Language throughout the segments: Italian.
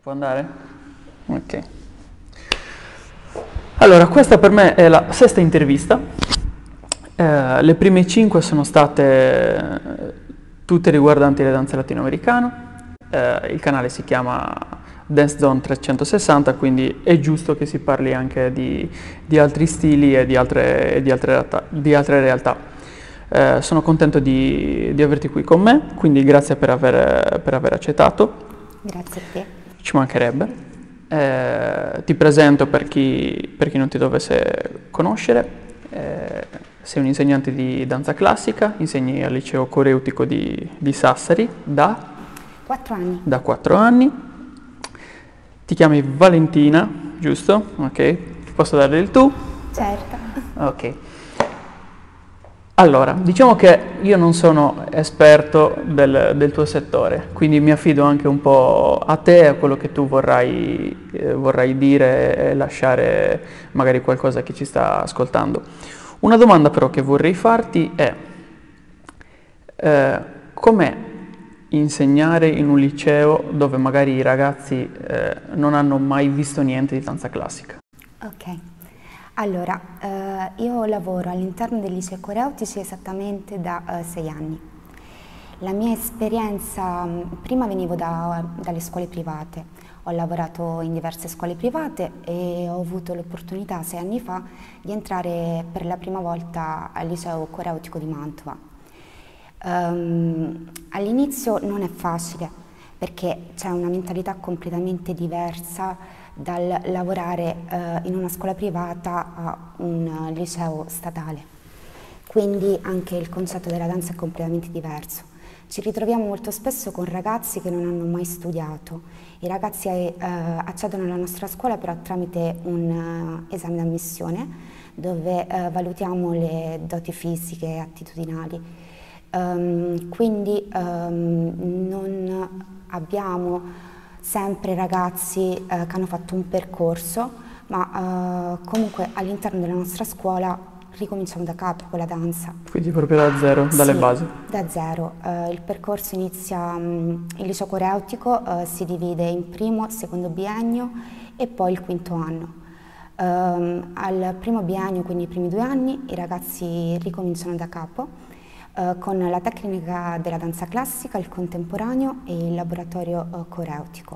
Può andare? Ok. Allora, questa per me è la sesta intervista. Le prime 5 sono state tutte riguardanti le danze latinoamericane. Il canale si chiama Dance Zone 360, quindi è giusto che si parli anche di altri stili e di altre realtà. Sono contento di averti qui con me, quindi grazie per aver accettato. Grazie a te. Ci mancherebbe. Ti presento per chi non ti dovesse conoscere. Sei un insegnante di danza classica, insegni al liceo coreutico di Sassari da 4 anni. da 4 anni. Ti chiami Valentina, giusto? Ok. Posso darle il tu? Certo. Ok. Allora, diciamo che io non sono esperto del tuo settore, quindi mi affido anche un po' a te e a quello che tu vorrai dire e lasciare magari qualcosa a chi ci sta ascoltando. Una domanda però che vorrei farti è com'è insegnare in un liceo dove magari i ragazzi non hanno mai visto niente di danza classica? Ok. Allora, io lavoro all'interno del liceo coreutici esattamente da 6 anni. La mia esperienza, prima venivo dalle scuole private, ho lavorato in diverse scuole private e ho avuto l'opportunità 6 anni fa di entrare per la prima volta al liceo coreutico di Mantova. All'inizio non è facile perché c'è una mentalità completamente diversa dal lavorare in una scuola privata a un liceo statale, quindi anche il concetto della danza è completamente diverso. Ci ritroviamo molto spesso con ragazzi che non hanno mai studiato. I ragazzi accedono alla nostra scuola però tramite un esame d'ammissione dove valutiamo le doti fisiche e attitudinali. Quindi non abbiamo sempre ragazzi che hanno fatto un percorso, ma comunque all'interno della nostra scuola ricominciamo da capo con la danza. Quindi proprio da zero, dalle Sì, basi. da zero. Il percorso inizia, il liceo coreutico si divide in primo, secondo biennio e poi il quinto anno. Al primo biennio, quindi i primi 2 anni, i ragazzi ricominciano da capo con la tecnica della danza classica, il contemporaneo e il laboratorio coreutico.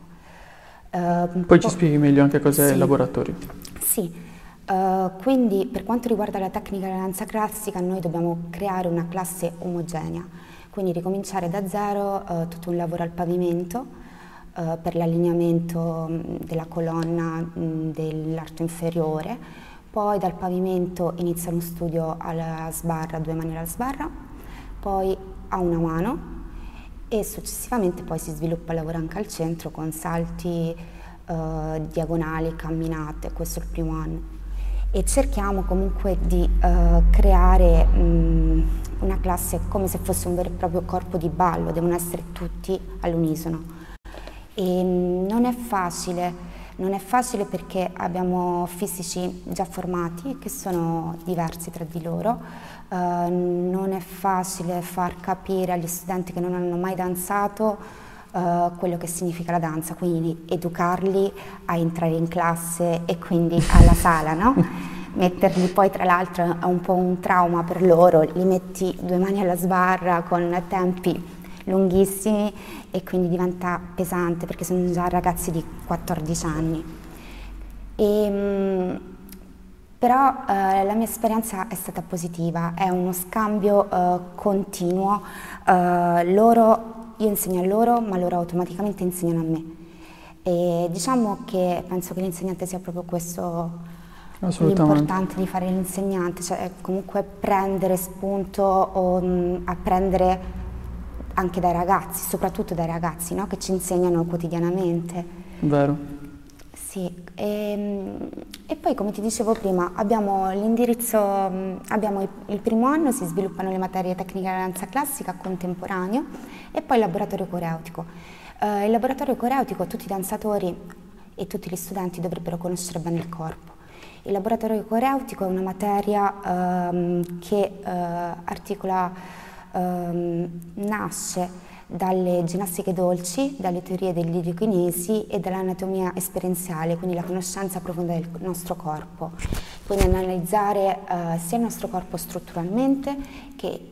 Poi ci spieghi meglio anche cos'è il Sì, laboratorio. sì. Quindi per quanto riguarda la tecnica della danza classica noi dobbiamo creare una classe omogenea, quindi ricominciare da zero tutto un lavoro al pavimento per l'allineamento della colonna dell'arto inferiore, poi dal pavimento inizia uno studio alla sbarra, 2 mani alla sbarra, poi a una mano e successivamente poi si sviluppa il lavoro anche al centro con salti, diagonali, camminate, questo è il primo anno. E cerchiamo comunque di creare una classe come se fosse un vero e proprio corpo di ballo, devono essere tutti all'unisono. E non è facile perché abbiamo fisici già formati che sono diversi tra di loro, non è facile far capire agli studenti che non hanno mai danzato quello che significa la danza, quindi educarli a entrare in classe e quindi alla sala, no? Metterli poi tra l'altro è un po' un trauma per loro, li metti 2 mani alla sbarra con tempi lunghissimi e quindi diventa pesante perché sono già ragazzi di 14 anni. Però la mia esperienza è stata positiva, è uno scambio continuo, io insegno a loro ma loro automaticamente insegnano a me e diciamo che penso che l'insegnante sia proprio questo l'importante di fare l'insegnante, cioè comunque prendere spunto o apprendere anche dai ragazzi, soprattutto dai ragazzi, no? Che ci insegnano quotidianamente. Vero. Sì, e poi come ti dicevo prima abbiamo l'indirizzo, abbiamo il primo anno, si sviluppano le materie tecniche della danza classica, contemporaneo e poi il laboratorio coreutico. Il laboratorio coreutico tutti i danzatori e tutti gli studenti dovrebbero conoscere bene il corpo. Il laboratorio coreutico è una materia che articola, nasce dalle ginnastiche dolci, dalle teorie dell'idiokinesi e dall'anatomia esperienziale, quindi la conoscenza profonda del nostro corpo. Quindi analizzare sia il nostro corpo strutturalmente che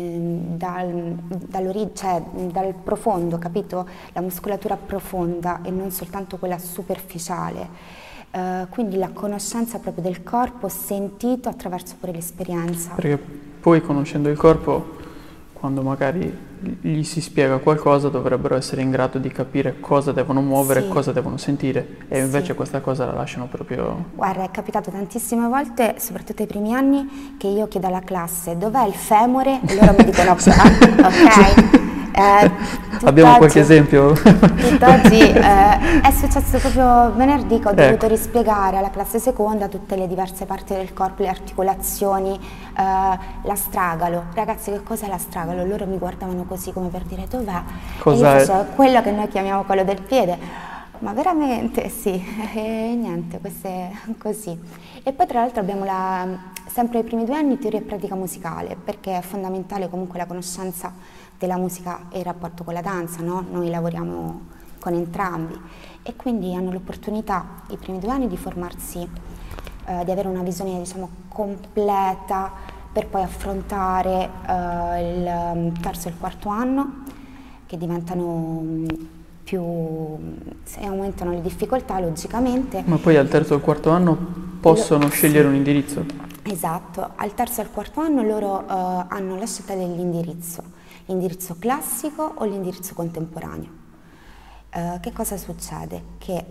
dal profondo, capito? La muscolatura profonda e non soltanto quella superficiale. Quindi la conoscenza proprio del corpo sentito attraverso pure l'esperienza. Perché poi conoscendo il corpo, quando magari gli si spiega qualcosa, dovrebbero essere in grado di capire cosa devono muovere, Sì. cosa devono sentire, e invece Sì. questa cosa la lasciano proprio... Guarda, è capitato tantissime volte, soprattutto ai primi anni, che io chiedo alla classe dov'è il femore e loro mi dicono qua, ok? Abbiamo qualche esempio? Tutt'oggi è successo proprio venerdì che ho dovuto rispiegare alla classe seconda tutte le diverse parti del corpo, le articolazioni, l'astragalo. Ragazzi, che cos'è l'astragalo? Loro mi guardavano così come per dire dov'è? Cos'è? E io facevo quello che noi chiamiamo quello del piede. Ma veramente? Sì, e niente, questo è così. E poi tra l'altro abbiamo sempre ai primi 2 anni teoria e pratica musicale, perché è fondamentale comunque la conoscenza della musica e il rapporto con la danza, no? Noi lavoriamo con entrambi e quindi hanno l'opportunità i primi 2 anni di formarsi, di avere una visione diciamo completa per poi affrontare il terzo e il quarto anno che diventano più, aumentano le difficoltà logicamente. Ma poi al terzo o al quarto anno possono scegliere un indirizzo? Esatto, al terzo e al quarto anno loro hanno la scelta dell'indirizzo, l'indirizzo classico o l'indirizzo contemporaneo. Che cosa succede? Che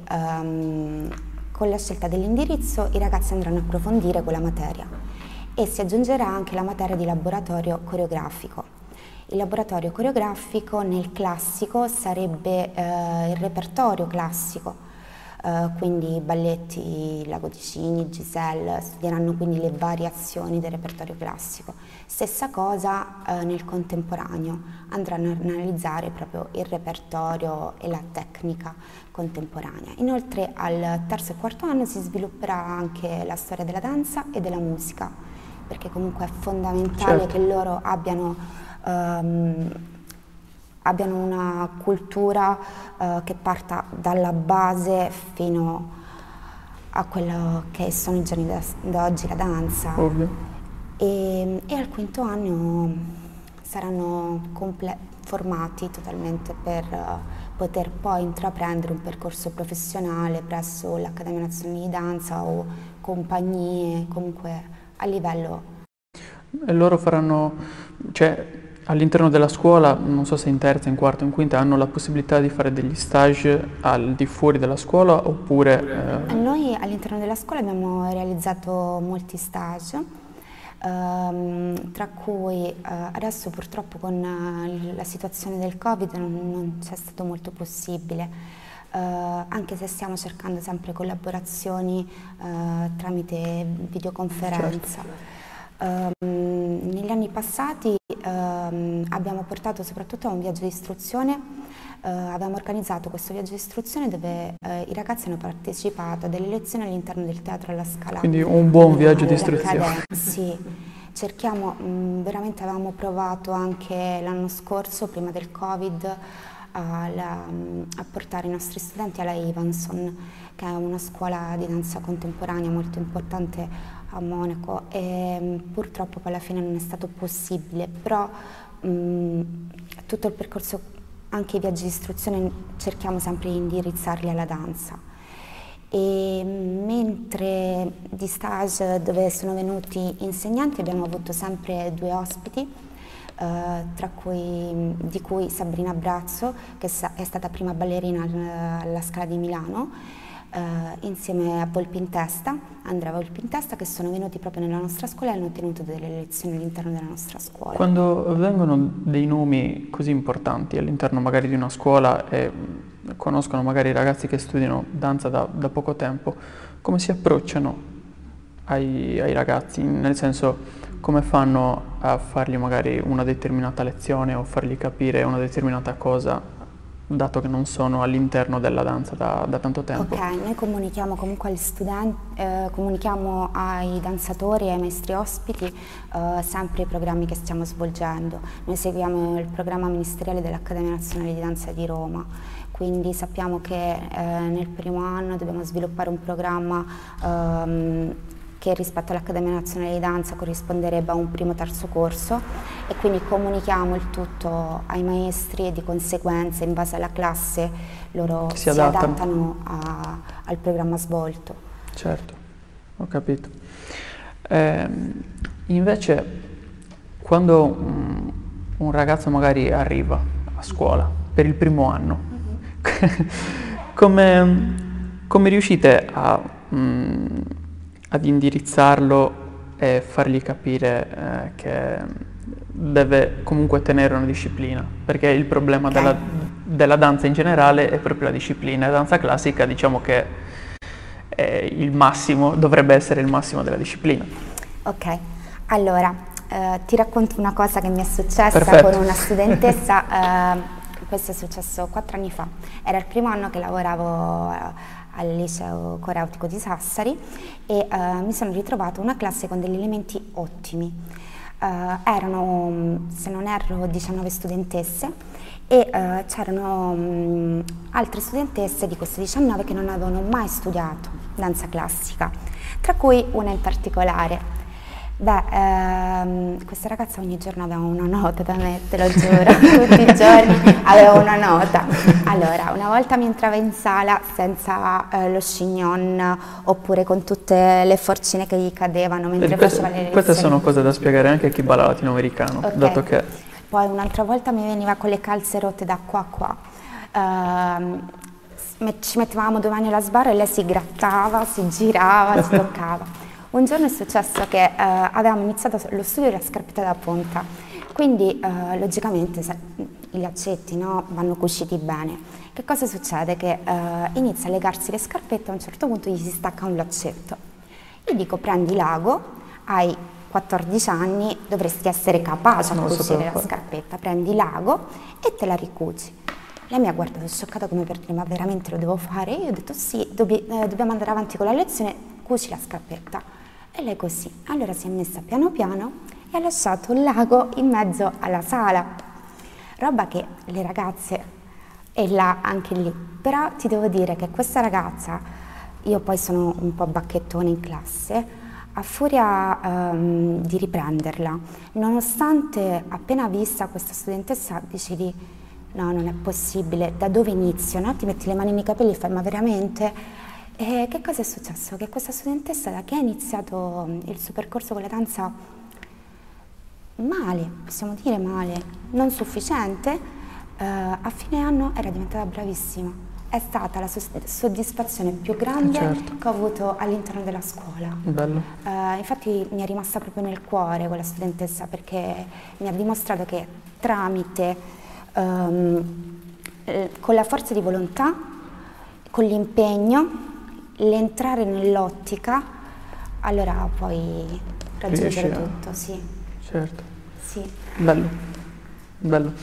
con la scelta dell'indirizzo i ragazzi andranno a approfondire quella materia e si aggiungerà anche la materia di laboratorio coreografico. Il laboratorio coreografico nel classico sarebbe il repertorio classico, quindi balletti, Lago di Cini, Giselle, studieranno quindi le variazioni del repertorio classico. Stessa cosa nel contemporaneo, andranno a analizzare proprio il repertorio e la tecnica contemporanea. Inoltre al terzo e quarto anno si svilupperà anche la storia della danza e della musica, perché comunque è fondamentale che loro abbiano una cultura che parta dalla base fino a quello che sono i giorni d'oggi, la danza. Ovvio. E al quinto anno saranno formati totalmente per poter poi intraprendere un percorso professionale presso l'Accademia Nazionale di Danza o compagnie, comunque a livello. E loro faranno, cioè all'interno della scuola, non so se in terza, in quarta, in quinta, hanno la possibilità di fare degli stage al di fuori della scuola oppure... Noi all'interno della scuola abbiamo realizzato molti stage, tra cui adesso purtroppo con la situazione del Covid non c'è stato molto possibile, anche se stiamo cercando sempre collaborazioni tramite videoconferenza. Certo. Negli anni passati abbiamo portato soprattutto a un viaggio di istruzione, abbiamo organizzato questo viaggio di istruzione dove i ragazzi hanno partecipato a delle lezioni all'interno del Teatro alla Scala. Quindi un buon viaggio di istruzione. Sì, cerchiamo, veramente avevamo provato anche l'anno scorso, prima del Covid, a portare i nostri studenti alla Evanson, che è una scuola di danza contemporanea molto importante a Monaco, e purtroppo poi alla fine non è stato possibile, però tutto il percorso, anche i viaggi di istruzione, cerchiamo sempre di indirizzarli alla danza. E mentre di stage dove sono venuti insegnanti abbiamo avuto sempre 2 ospiti, di cui Sabrina Brazzo, che è stata prima ballerina alla Scala di Milano, insieme a Volpintesta, Andrea Volpintesta, che sono venuti proprio nella nostra scuola e hanno tenuto delle lezioni all'interno della nostra scuola. Quando vengono dei nomi così importanti all'interno magari di una scuola e conoscono magari i ragazzi che studiano danza da poco tempo, come si approcciano ai ragazzi? Nel senso, come fanno a fargli magari una determinata lezione o fargli capire una determinata cosa dato che non sono all'interno della danza da tanto tempo. Ok, noi comunichiamo comunque agli studenti, comunichiamo ai danzatori e ai maestri ospiti sempre i programmi che stiamo svolgendo. Noi seguiamo il programma ministeriale dell'Accademia Nazionale di Danza di Roma, quindi sappiamo che nel primo anno dobbiamo sviluppare un programma che rispetto all'Accademia Nazionale di Danza corrisponderebbe a un primo-terzo corso, e quindi comunichiamo il tutto ai maestri e di conseguenza in base alla classe loro si adattano al programma svolto. Certo, ho capito. Invece quando un ragazzo magari arriva a scuola per il primo anno, come riuscite ad indirizzarlo e fargli capire che deve comunque tenere una disciplina? Perché il problema della danza in generale è proprio la disciplina. La danza classica, diciamo che è il massimo, dovrebbe essere il massimo della disciplina. Ok, allora ti racconto una cosa che mi è successa Perfetto. con una studentessa. Questo è successo 4 anni fa. Era il primo anno che lavoravo al liceo coreutico di Sassari e mi sono ritrovata una classe con degli elementi ottimi. Erano, se non erro, 19 studentesse e c'erano altre studentesse di queste 19 che non avevano mai studiato danza classica, tra cui una in particolare. Questa ragazza ogni giorno aveva una nota da me, te lo giuro, tutti i giorni aveva una nota. Allora, una volta mi entrava in sala senza lo chignon oppure con tutte le forcine che gli cadevano mentre faceva le lezioni. Queste sono cose da spiegare anche a chi balla latinoamericano, Okay. dato che... Poi un'altra volta mi veniva con le calze rotte da qua a qua. Ci mettevamo 2 mani alla sbarra e lei si grattava, si girava, si toccava. Un giorno è successo che avevamo iniziato lo studio della scarpetta da punta, quindi logicamente i laccetti, no, vanno cuciti bene. Che cosa succede? Che inizia a legarsi le scarpette, a un certo punto gli si stacca un laccetto. Io dico: prendi l'ago, hai 14 anni, dovresti essere capace a cucire la scarpetta, prendi l'ago e te la ricuci. Lei mi ha guardato scioccata come per dire: ma veramente lo devo fare? Io ho detto: sì, dobbiamo andare avanti con la lezione, cuci la scarpetta. E lei così. Allora si è messa piano piano e ha lasciato l'ago in mezzo alla sala. Roba che le ragazze, e là anche lì. Però ti devo dire che questa ragazza, io poi sono un po' bacchettone in classe, a furia di riprenderla, nonostante appena vista questa studentessa decidi: no, non è possibile, da dove inizio? No? Ti metti le mani nei capelli e fai: ma veramente? E che cosa è successo? Che questa studentessa, da che ha iniziato il suo percorso con la danza male, possiamo dire male, non sufficiente, a fine anno era diventata bravissima. È stata la soddisfazione più grande che ho avuto all'interno della scuola. Bello. Infatti mi è rimasta proprio nel cuore quella studentessa, perché mi ha dimostrato che tramite, con la forza di volontà, con l'impegno, l'entrare nell'ottica, allora puoi raggiungere tutto, sì. Certo. Sì. Bello, bello.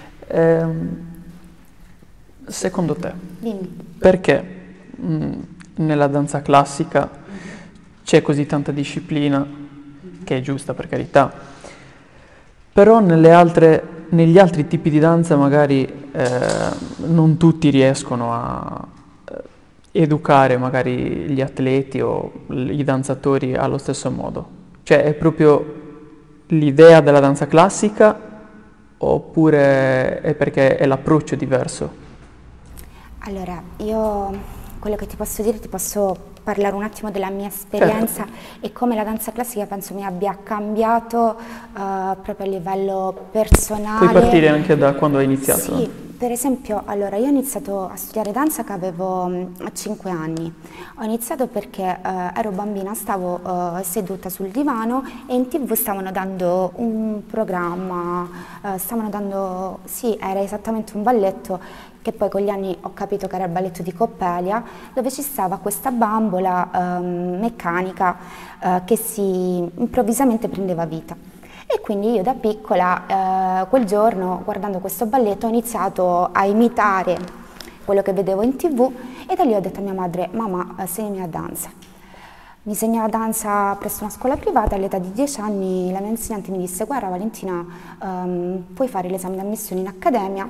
Secondo te, Dimmi. perché nella danza classica c'è così tanta disciplina, che è giusta per carità, però negli altri tipi di danza magari non tutti riescono a educare magari gli atleti o i danzatori allo stesso modo? Cioè è proprio l'idea della danza classica oppure è perché è l'approccio diverso? Allora, io quello che ti posso dire, ti posso parlare un attimo della mia esperienza e come la danza classica penso mi abbia cambiato proprio a livello personale. Puoi partire anche da quando hai iniziato? Sì, per esempio, allora io ho iniziato a studiare danza che avevo 5 anni. Ho iniziato perché ero bambina, stavo seduta sul divano e in TV stavano dando un programma, sì, era esattamente un balletto che poi con gli anni ho capito che era il balletto di Coppelia, dove ci stava questa bambola meccanica che improvvisamente prendeva vita. E quindi io da piccola, quel giorno, guardando questo balletto, ho iniziato a imitare quello che vedevo in TV e da lì ho detto a mia madre: mamma, segnami a danza. Mi segnava danza presso una scuola privata. All'età di 10 anni la mia insegnante mi disse: guarda Valentina, puoi fare l'esame d'ammissione in accademia,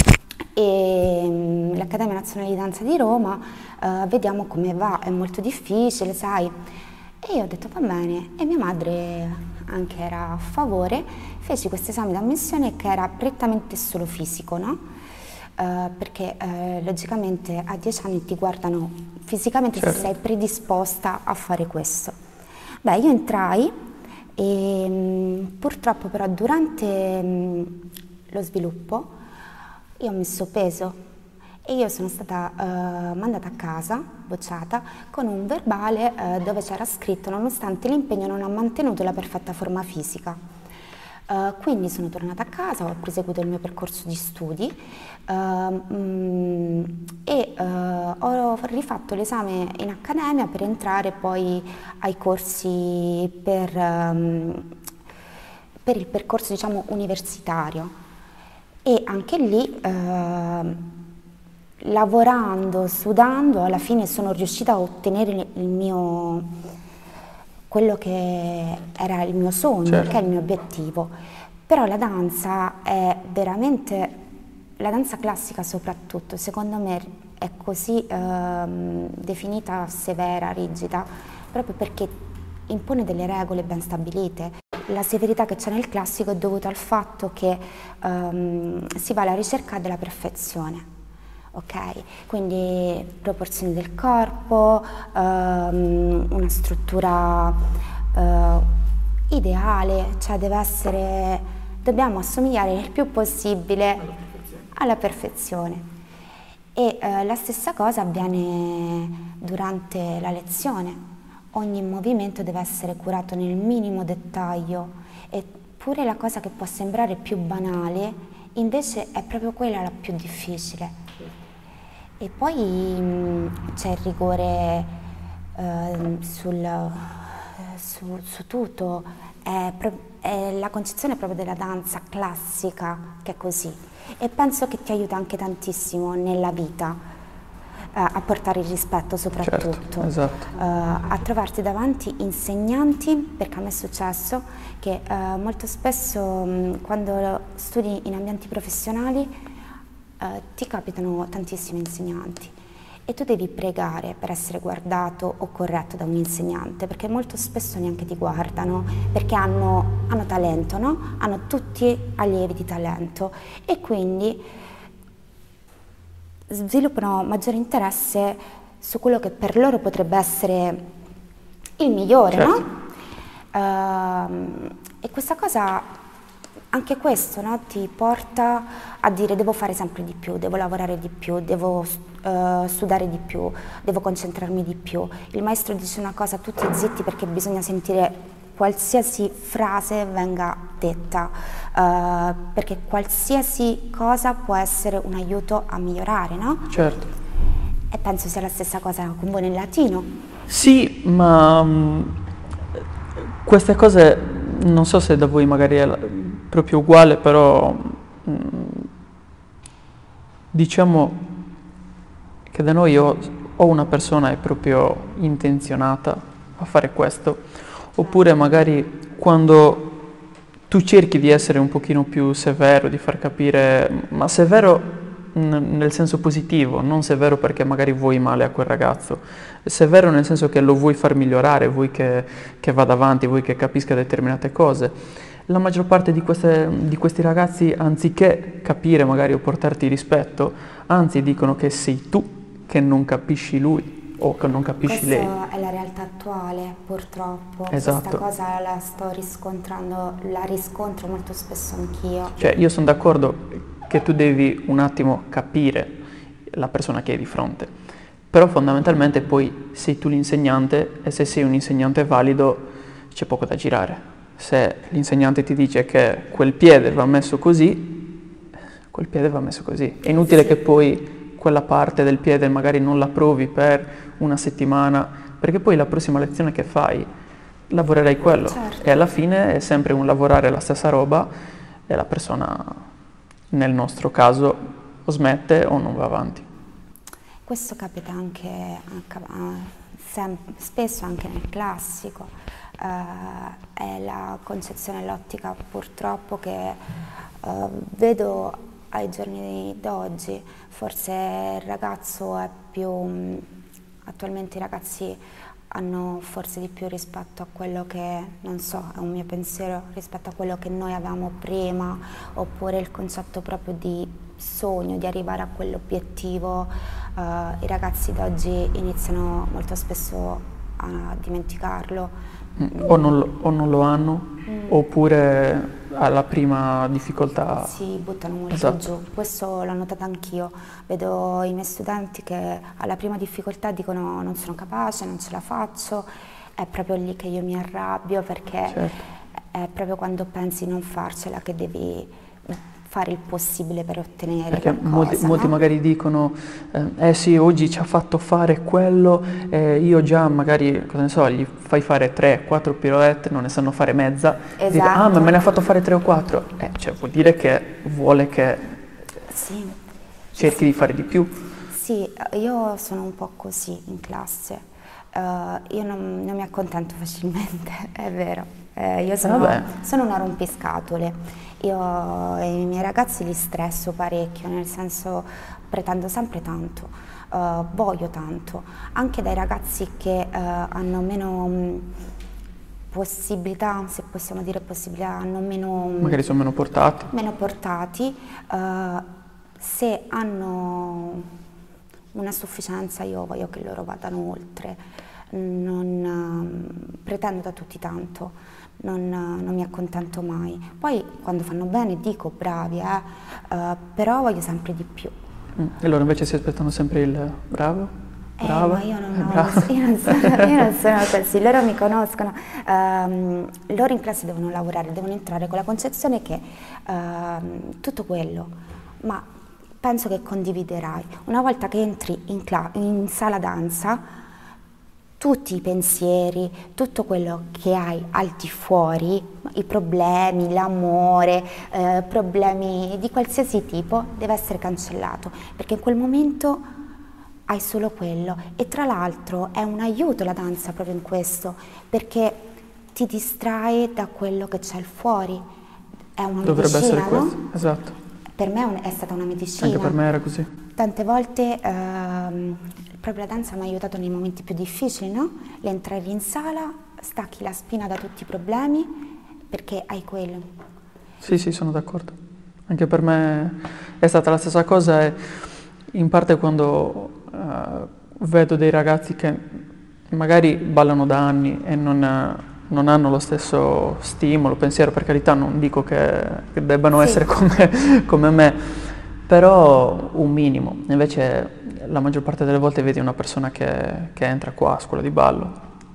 e l'Accademia Nazionale di Danza di Roma, vediamo come va, è molto difficile, sai. E io ho detto va bene, e mia madre anche era a favore. Feci questo esame d'ammissione che era prettamente solo fisico, no? Perché logicamente a 10 anni ti guardano fisicamente, certo, se sei predisposta a fare questo. Beh, io entrai e purtroppo però durante lo sviluppo io ho messo peso e io sono stata mandata a casa, bocciata, con un verbale dove c'era scritto: nonostante l'impegno non ha mantenuto la perfetta forma fisica. Quindi sono tornata a casa, ho proseguito il mio percorso di studi e ho rifatto l'esame in accademia per entrare poi ai corsi per il percorso, diciamo, universitario. E anche lì, lavorando, sudando, alla fine sono riuscita a ottenere quello che era il mio sogno, certo, che è il mio obiettivo. Però la danza è veramente, la danza classica soprattutto, secondo me è così definita severa, rigida, proprio perché impone delle regole ben stabilite. La severità che c'è nel classico è dovuta al fatto che si va alla ricerca della perfezione, ok? Quindi proporzioni del corpo, una struttura ideale, cioè dobbiamo assomigliare il più possibile alla perfezione. E la stessa cosa avviene durante la lezione. Ogni movimento deve essere curato nel minimo dettaglio, eppure la cosa che può sembrare più banale invece è proprio quella la più difficile. E poi c'è il rigore su tutto, è la concezione proprio della danza classica che è così, e penso che ti aiuta anche tantissimo nella vita. A portare il rispetto soprattutto, certo, esatto, a trovarti davanti insegnanti, perché a me è successo che molto spesso quando studi in ambienti professionali ti capitano tantissimi insegnanti e tu devi pregare per essere guardato o corretto da un insegnante, perché molto spesso neanche ti guardano, perché hanno talento, no? Hanno tutti allievi di talento e quindi sviluppano maggiore interesse su quello che per loro potrebbe essere il migliore, certo, no? E questa cosa, anche questo, no, ti porta a dire: devo fare sempre di più, devo lavorare di più, devo studiare di più, devo concentrarmi di più. Il maestro dice una cosa, tutti zitti perché bisogna sentire qualsiasi frase venga detta, perché qualsiasi cosa può essere un aiuto a migliorare, no? Certo. E penso sia la stessa cosa con voi nel latino. Sì, ma queste cose non so se da voi magari è proprio uguale, però diciamo che da noi o una persona è proprio intenzionata a fare questo, oppure magari quando tu cerchi di essere un pochino più severo, di far capire, ma severo nel senso positivo, non severo perché magari vuoi male a quel ragazzo, severo nel senso che lo vuoi far migliorare, vuoi che vada avanti, vuoi che capisca determinate cose. La maggior parte di questi ragazzi, anziché capire magari o portarti rispetto, anzi dicono che sei tu che non capisci lui o che non capisci lei. Questa è la realtà attuale, purtroppo. Esatto. Questa cosa la sto riscontrando, la riscontro molto spesso anch'io. Cioè, io sono d'accordo che tu devi un attimo capire la persona che hai di fronte, però fondamentalmente poi sei tu l'insegnante e se sei un insegnante valido c'è poco da girare. Se l'insegnante ti dice che quel piede va messo così, quel piede va messo così. È inutile sì, che poi quella parte del piede magari non la provi per una settimana, perché poi la prossima lezione che fai lavorerei quello. Certo. E alla fine è sempre un lavorare la stessa roba e la persona, nel nostro caso, o smette o non va avanti. Questo capita spesso anche nel classico, è la concezione e l'ottica purtroppo che vedo ai giorni d'oggi. Forse il ragazzo è più, attualmente i ragazzi hanno forse di più rispetto a quello che, non so, è un mio pensiero, rispetto a quello che noi avevamo prima, oppure il concetto proprio di sogno, di arrivare a quell'obiettivo. I ragazzi d'oggi iniziano molto spesso a dimenticarlo. O non lo hanno, oppure alla prima difficoltà. Si buttano molto Esatto. giù, questo l'ho notato anch'io. Vedo i miei studenti che alla prima difficoltà dicono non sono capace, non ce la faccio, è proprio lì che io mi arrabbio, perché Certo. è proprio quando pensi di non farcela che devi fare il possibile per ottenere Perché qualcosa, molti no? magari dicono, sì, oggi ci ha fatto fare quello, io già magari, cosa ne so, gli fai fare 3-4 pirouette, non ne sanno fare mezza, dire, ah, ma Esatto. me ne ha fatto fare 3 o 4, cioè vuol dire che vuole che Sì. cerchi di fare di più. Sì, io sono un po' così in classe. Io non mi accontento facilmente, è vero. Io Vabbè. sono una rompiscatole. Io i miei ragazzi li stresso parecchio, nel senso pretendo sempre tanto, voglio tanto, anche dai ragazzi che hanno meno possibilità, se possiamo dire possibilità, hanno meno Magari sono meno portati. portati, se hanno una sufficienza io voglio che loro vadano oltre, non pretendo da tutti tanto, non mi accontento mai. Poi quando fanno bene dico bravi, però voglio sempre di più. E loro invece si aspettano sempre il bravo, brava, Ma io non, brava. io non sono così, loro mi conoscono, loro in classe devono lavorare, devono entrare con la concezione che tutto quello, ma penso che condividerai. Una volta che entri in sala danza, tutti i pensieri, tutto quello che hai al di fuori, i problemi, l'amore, problemi di qualsiasi tipo, deve essere cancellato, perché in quel momento hai solo quello. E tra l'altro è un aiuto la danza proprio in questo, perché ti distrae da quello che c'è al fuori. È una Dovrebbe medicina, essere questo, no? esatto. Per me è stata una medicina. Anche per me era così. Tante volte proprio la danza mi ha aiutato nei momenti più difficili, no? L'entrare in sala, stacchi la spina da tutti i problemi, perché hai quello. Sì, sono d'accordo. Anche per me è stata la stessa cosa e in parte quando vedo dei ragazzi che magari ballano da anni e non hanno lo stesso stimolo, pensiero, per carità, non dico che debbano essere come me, però un minimo. Invece la maggior parte delle volte vedi una persona che entra qua a scuola di ballo,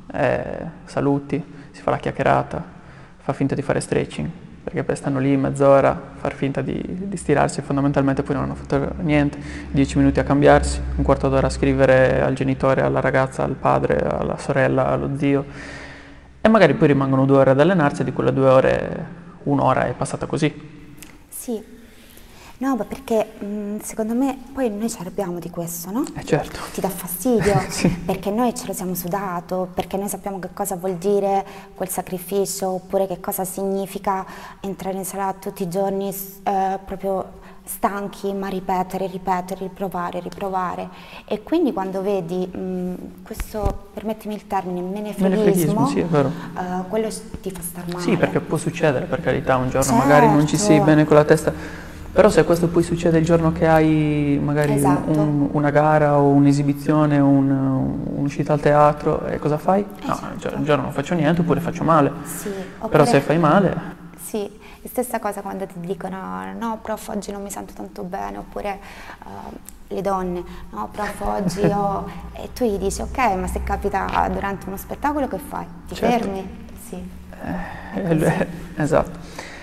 saluti, si fa la chiacchierata, fa finta di fare stretching, perché poi stanno lì mezz'ora, far finta di stirarsi, fondamentalmente poi non hanno fatto niente, 10 minuti a cambiarsi, un quarto d'ora a scrivere al genitore, alla ragazza, al padre, alla sorella, allo zio, e magari poi rimangono 2 ore ad allenarsi e di quelle 2 ore 1 ora è passata così. Sì. No, ma perché secondo me poi noi ci arrabbiamo di questo, no? Certo. Ti dà fastidio, Sì. perché noi ce lo siamo sudato, perché noi sappiamo che cosa vuol dire quel sacrificio, oppure che cosa significa entrare in sala tutti i giorni proprio stanchi, ma ripetere, riprovare. E quindi quando vedi questo, permettimi il termine, menefreghismo, Sì, è vero. quello ti fa star male. Sì, perché può succedere, per carità, un giorno Certo. magari non ci sei bene con la testa, però se questo poi succede il giorno che hai magari Esatto. una gara o un'esibizione, un'uscita al teatro, e cosa fai? No, Esatto. un giorno non faccio niente oppure faccio male, Sì, però oppure- se fai male... Sì, stessa cosa quando ti dicono no prof oggi non mi sento tanto bene, oppure le donne, no prof oggi ho... e tu gli dici ok, ma se capita durante uno spettacolo che fai? Ti Certo. fermi? Sì. È così. Esatto.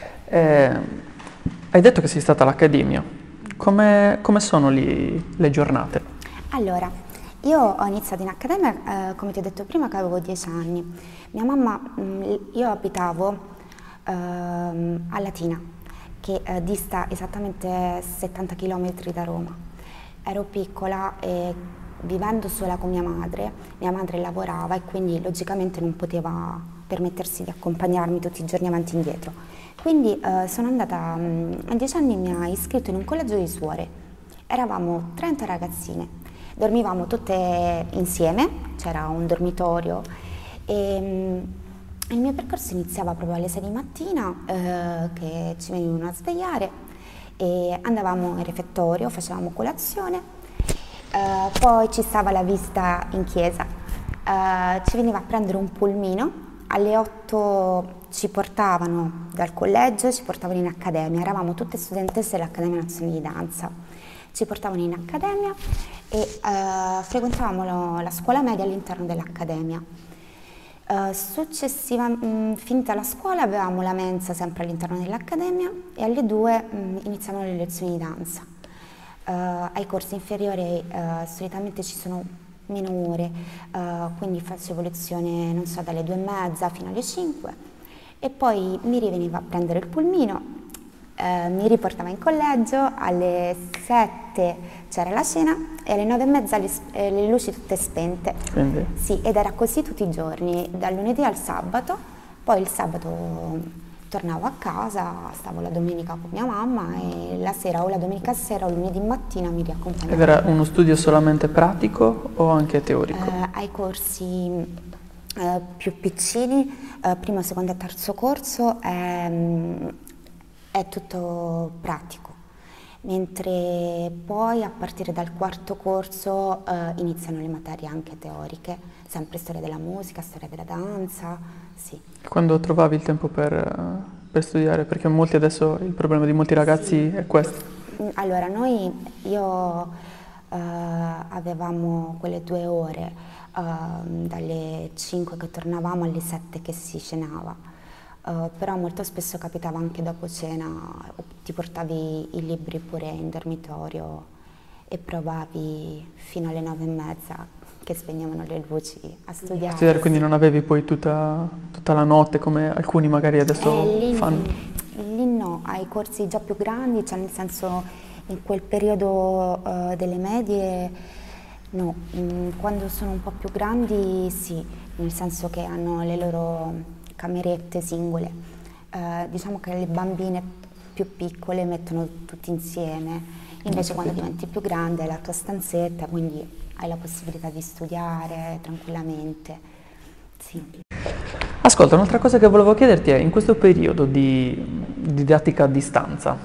Hai detto che sei stata all'Accademia, come sono lì le giornate? Allora, Io ho iniziato in accademia, come ti ho detto prima, che avevo 10 anni. Mia mamma, io abitavo a Latina, che dista esattamente 70 km da Roma. Ero piccola e vivendo sola con mia madre lavorava e quindi logicamente non poteva permettersi di accompagnarmi tutti i giorni avanti e indietro. Quindi sono andata, a 10 anni mi ha iscritto in un collegio di suore. Eravamo 30 ragazzine, dormivamo tutte insieme, c'era un dormitorio e il mio percorso iniziava proprio alle 6 di mattina, che ci venivano a svegliare e andavamo in refettorio, facevamo colazione, poi ci stava la visita in chiesa, ci veniva a prendere un pulmino, alle 8 ci portavano dal collegio, ci portavano in accademia, eravamo tutte studentesse dell'Accademia Nazionale di Danza, ci portavano in accademia e frequentavamo la scuola media all'interno dell'accademia. Finita la scuola avevamo la mensa sempre all'interno dell'accademia e alle 2 iniziavano le lezioni di danza. Ai corsi inferiori solitamente ci sono meno ore, quindi facevo lezione, non so, dalle 2:30 fino alle 5 e poi mi riveniva a prendere il pulmino, mi riportava in collegio, alle 7 c'era la cena e alle 9:30 le luci tutte spente. Quindi. Sì, ed era così tutti i giorni, dal lunedì al sabato, poi il sabato tornavo a casa, stavo la domenica con mia mamma e la sera o la domenica sera o lunedì mattina mi riaccompagnavo. Ed era uno studio solamente pratico o anche teorico? Ai corsi più piccini, primo, secondo e terzo corso è tutto pratico, mentre poi a partire dal quarto corso iniziano le materie anche teoriche, sempre storia della musica, storia della danza, sì. Quando trovavi il tempo per studiare? Perché molti adesso, il problema di molti ragazzi è questo. Allora, io avevamo quelle 2 ore, dalle 5 che tornavamo alle 7 che si cenava, però molto spesso capitava anche dopo cena, ti portavi i libri pure in dormitorio e provavi fino alle 9:30 che spegnevano le luci a studiare. Quindi non avevi poi tutta la notte come alcuni magari adesso fanno? Lì no, ai corsi già più grandi, cioè nel senso in quel periodo delle medie no, quando sono un po' più grandi sì, nel senso che hanno le loro camerette singole. Diciamo che le bambine più piccole mettono tutti insieme, invece quando diventi più grande hai la tua stanzetta, quindi hai la possibilità di studiare tranquillamente. Sì. Ascolta, un'altra cosa che volevo chiederti è, in questo periodo di didattica a distanza,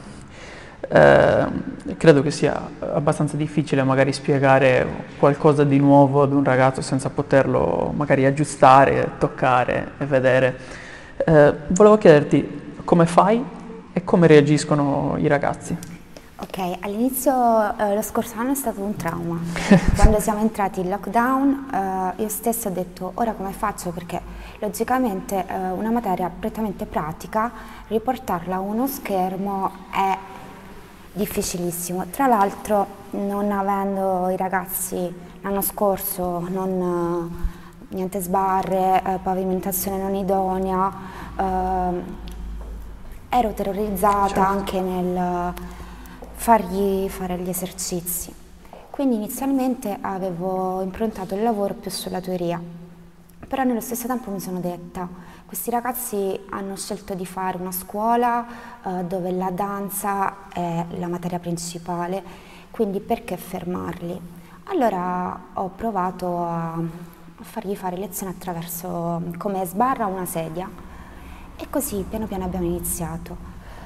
credo che sia abbastanza difficile magari spiegare qualcosa di nuovo ad un ragazzo senza poterlo magari aggiustare, toccare e vedere. Volevo chiederti come fai e come reagiscono i ragazzi. Ok, all'inizio lo scorso anno è stato un trauma. Quando siamo entrati in lockdown io stessa ho detto ora come faccio, perché logicamente una materia prettamente pratica, riportarla a uno schermo è difficilissimo. Tra l'altro non avendo i ragazzi l'anno scorso niente sbarre, pavimentazione non idonea, ero terrorizzata, certo, anche nel fargli fare gli esercizi. Quindi inizialmente avevo improntato il lavoro più sulla teoria, però nello stesso tempo mi sono detta, questi ragazzi hanno scelto di fare una scuola dove la danza è la materia principale, quindi perché fermarli? Allora ho provato a fargli fare lezioni attraverso come sbarra una sedia e così piano piano abbiamo iniziato.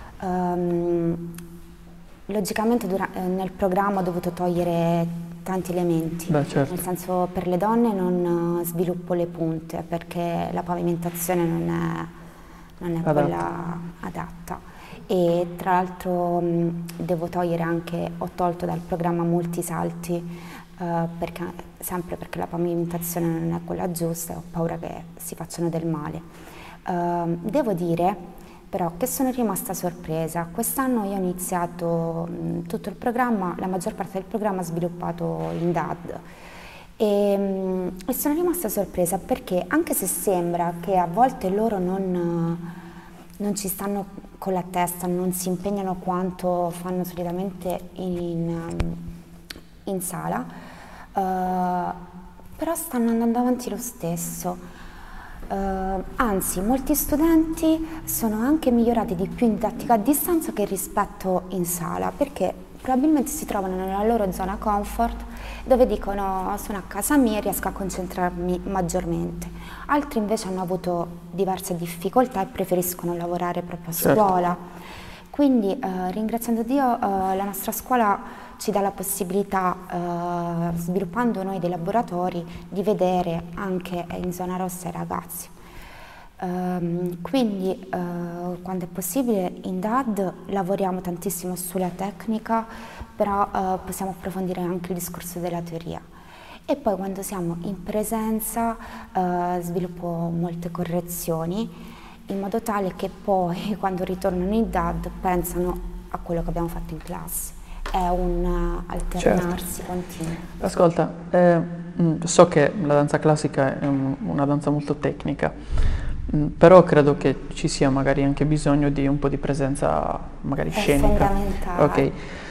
Logicamente nel programma ho dovuto togliere tanti elementi, certo, nel senso per le donne non sviluppo le punte perché la pavimentazione non è quella adatta e tra l'altro devo togliere anche, ho tolto dal programma molti salti sempre perché la pavimentazione non è quella giusta e ho paura che si facciano del male. Devo dire però che sono rimasta sorpresa. Quest'anno io ho iniziato tutto il programma, la maggior parte del programma sviluppato in DAD E sono rimasta sorpresa perché anche se sembra che a volte loro non ci stanno con la testa, non si impegnano quanto fanno solitamente in sala, però stanno andando avanti lo stesso. Anzi, molti studenti sono anche migliorati di più in didattica a distanza che rispetto in sala, perché probabilmente si trovano nella loro zona comfort dove dicono sono a casa mia e riesco a concentrarmi maggiormente. Altri invece hanno avuto diverse difficoltà e preferiscono lavorare proprio a scuola. Quindi ringraziando Dio la nostra scuola ci dà la possibilità, sviluppando noi dei laboratori, di vedere anche in zona rossa i ragazzi. Quindi quando è possibile in DAD lavoriamo tantissimo sulla tecnica, però possiamo approfondire anche il discorso della teoria. E poi quando siamo in presenza sviluppo molte correzioni in modo tale che poi quando ritornano in DAD pensano a quello che abbiamo fatto in classe. È un alternarsi continuo. Ascolta, so che la danza classica è una danza molto tecnica, però credo che ci sia magari anche bisogno di un po' di presenza magari scenica. È fondamentale. Ok.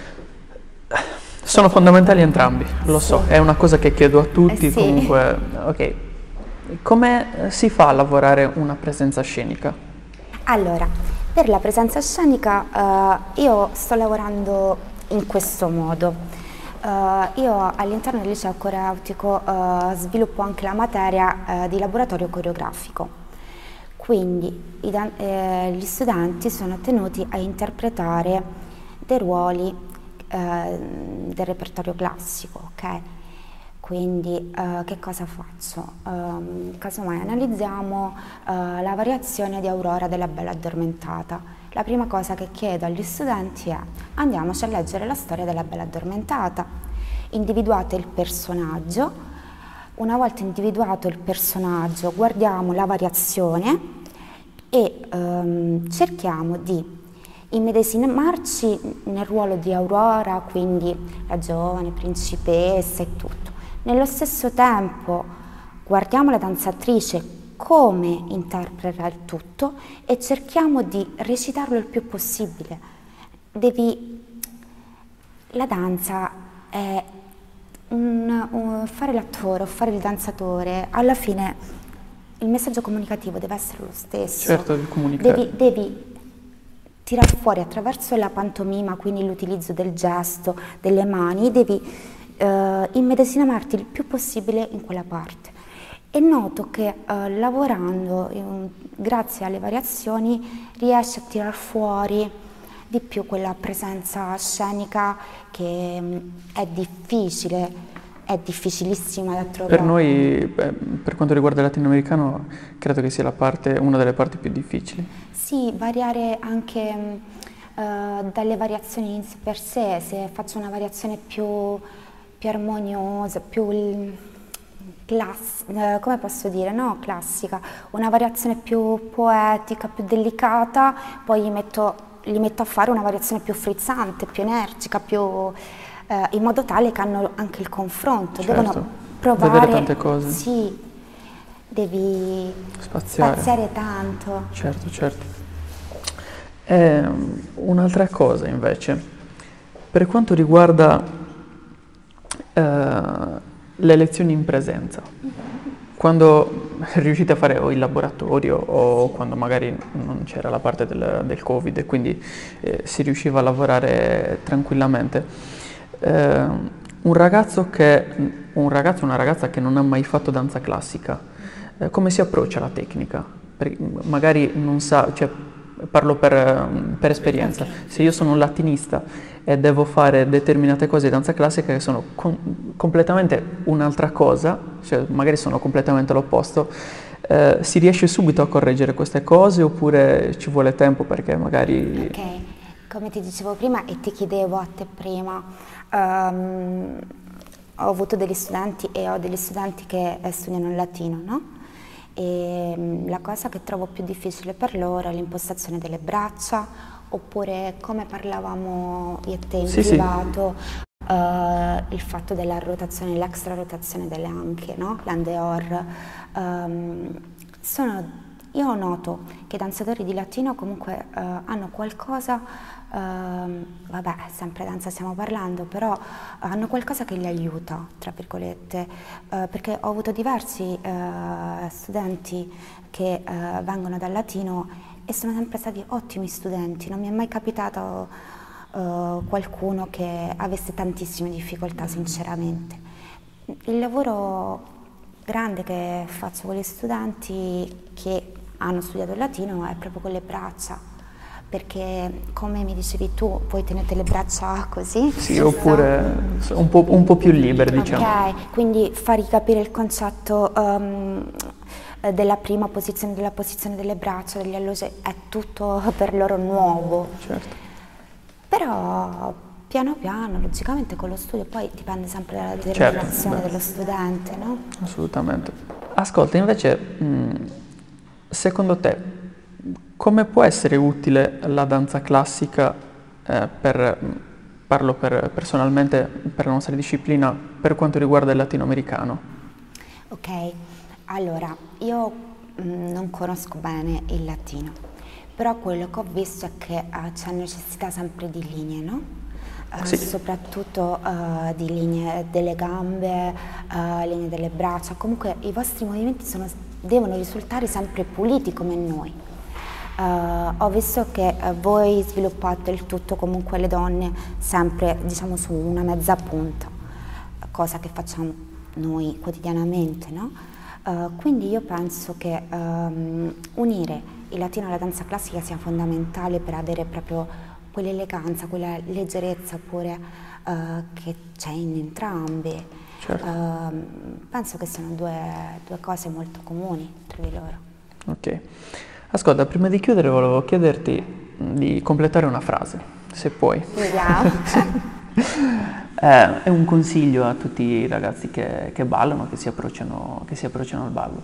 Sono fondamentali entrambi, lo so, è una cosa che chiedo a tutti, sì. Comunque, ok. Come si fa a lavorare una presenza scenica? Allora, per la presenza scenica io sto lavorando in questo modo. Io all'interno del liceo coreautico sviluppo anche la materia di laboratorio coreografico, quindi gli studenti sono tenuti a interpretare dei ruoli del repertorio classico, ok? Quindi che cosa faccio? Casomai analizziamo la variazione di Aurora della Bella Addormentata. La prima cosa che chiedo agli studenti è: andiamoci a leggere la storia della Bella Addormentata, individuate il personaggio, una volta individuato il personaggio guardiamo la variazione e cerchiamo di immedesimarci nel ruolo di Aurora, quindi la giovane principessa e tutto. Nello stesso tempo guardiamo la danzatrice come interpreta il tutto e cerchiamo di recitarlo il più possibile. La danza è fare l'attore o fare il danzatore, alla fine il messaggio comunicativo deve essere lo stesso. Certo, di comunicare. Devi tirar fuori attraverso la pantomima, quindi l'utilizzo del gesto, delle mani, devi immedesimarti il più possibile in quella parte. E noto che lavorando, grazie alle variazioni, riesci a tirar fuori di più quella presenza scenica che è difficile, è difficilissima da trovare. Per noi, per quanto riguarda il latinoamericano, credo che sia una delle parti più difficili. Sì, variare anche dalle variazioni in sé per sé, se faccio una variazione più armoniosa, più come posso dire, no, classica, una variazione più poetica, più delicata, poi gli metto a fare una variazione più frizzante, più energica, in modo tale che hanno anche il confronto, certo, devono provare vedere tante cose. Sì, devi spaziare tanto. Certo, certo. Un'altra cosa invece, per quanto riguarda le lezioni in presenza, quando riuscite a fare o il laboratorio o quando magari non c'era la parte del Covid e quindi si riusciva a lavorare tranquillamente, un ragazzo, una ragazza che non ha mai fatto danza classica, come si approccia alla tecnica? Perché magari non sa, cioè, parlo per esperienza, se io sono un latinista e devo fare determinate cose di danza classica che sono completamente un'altra cosa, cioè magari sono completamente l'opposto, si riesce subito a correggere queste cose oppure ci vuole tempo perché magari... Ok, come ti dicevo prima e ti chiedevo a te prima, ho avuto degli studenti e ho degli studenti che studiano il latino, no? E la cosa che trovo più difficile per loro è l'impostazione delle braccia, oppure come parlavamo io e te in privato, il fatto della rotazione, l'extra rotazione delle anche, no? L'andeor. Io noto che i danzatori di latino comunque hanno qualcosa, vabbè, sempre danza stiamo parlando, però hanno qualcosa che li aiuta, tra virgolette, perché ho avuto diversi studenti che vengono dal latino e sono sempre stati ottimi studenti, non mi è mai capitato qualcuno che avesse tantissime difficoltà, sinceramente. Il lavoro grande che faccio con gli studenti che hanno studiato il latino è proprio con le braccia, perché come mi dicevi tu, voi tenete le braccia così? Sì, oppure un po' più libere, diciamo. Ok, quindi fargli capire il concetto della prima posizione, della posizione delle braccia, degli alloggi, è tutto per loro nuovo. Certo. Però piano piano, logicamente con lo studio, poi dipende sempre dalla determinazione dello studente, no? Assolutamente. Ascolta, invece, secondo te, come può essere utile la danza classica, parlo personalmente per la nostra disciplina, per quanto riguarda il latinoamericano? Ok, allora, io non conosco bene il latino, però quello che ho visto è che c'è necessità sempre di linee, no? Sì. Soprattutto di linee delle gambe, linee delle braccia, comunque i vostri movimenti devono risultare sempre puliti come noi. Ho visto che voi sviluppate il tutto, comunque le donne, sempre diciamo su una mezza punta, cosa che facciamo noi quotidianamente, no? Quindi io penso che unire il latino alla danza classica sia fondamentale per avere proprio quell'eleganza, quella leggerezza pure che c'è in entrambi. Certo. Penso che siano due cose molto comuni tra di loro. Ok. Ascolta, prima di chiudere volevo chiederti di completare una frase, se puoi. Vediamo. È un consiglio a tutti i ragazzi che ballano, che si approcciano al ballo.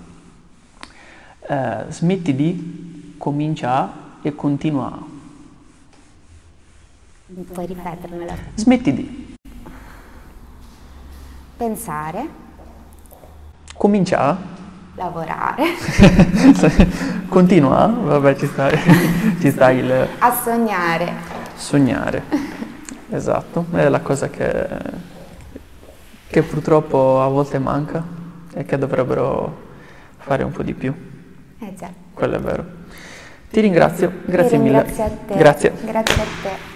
Smetti di, comincia a e continua a. Puoi ripetermela? Smetti di. Pensare. Comincia a. Lavorare. Continua a. Vabbè, ci sta il. A sognare. Sognare. Esatto, è la cosa che purtroppo a volte manca e che dovrebbero fare un po' di più. Già. Quello è vero. Ti ringrazio, grazie mille. Grazie a te. Grazie. Grazie a te.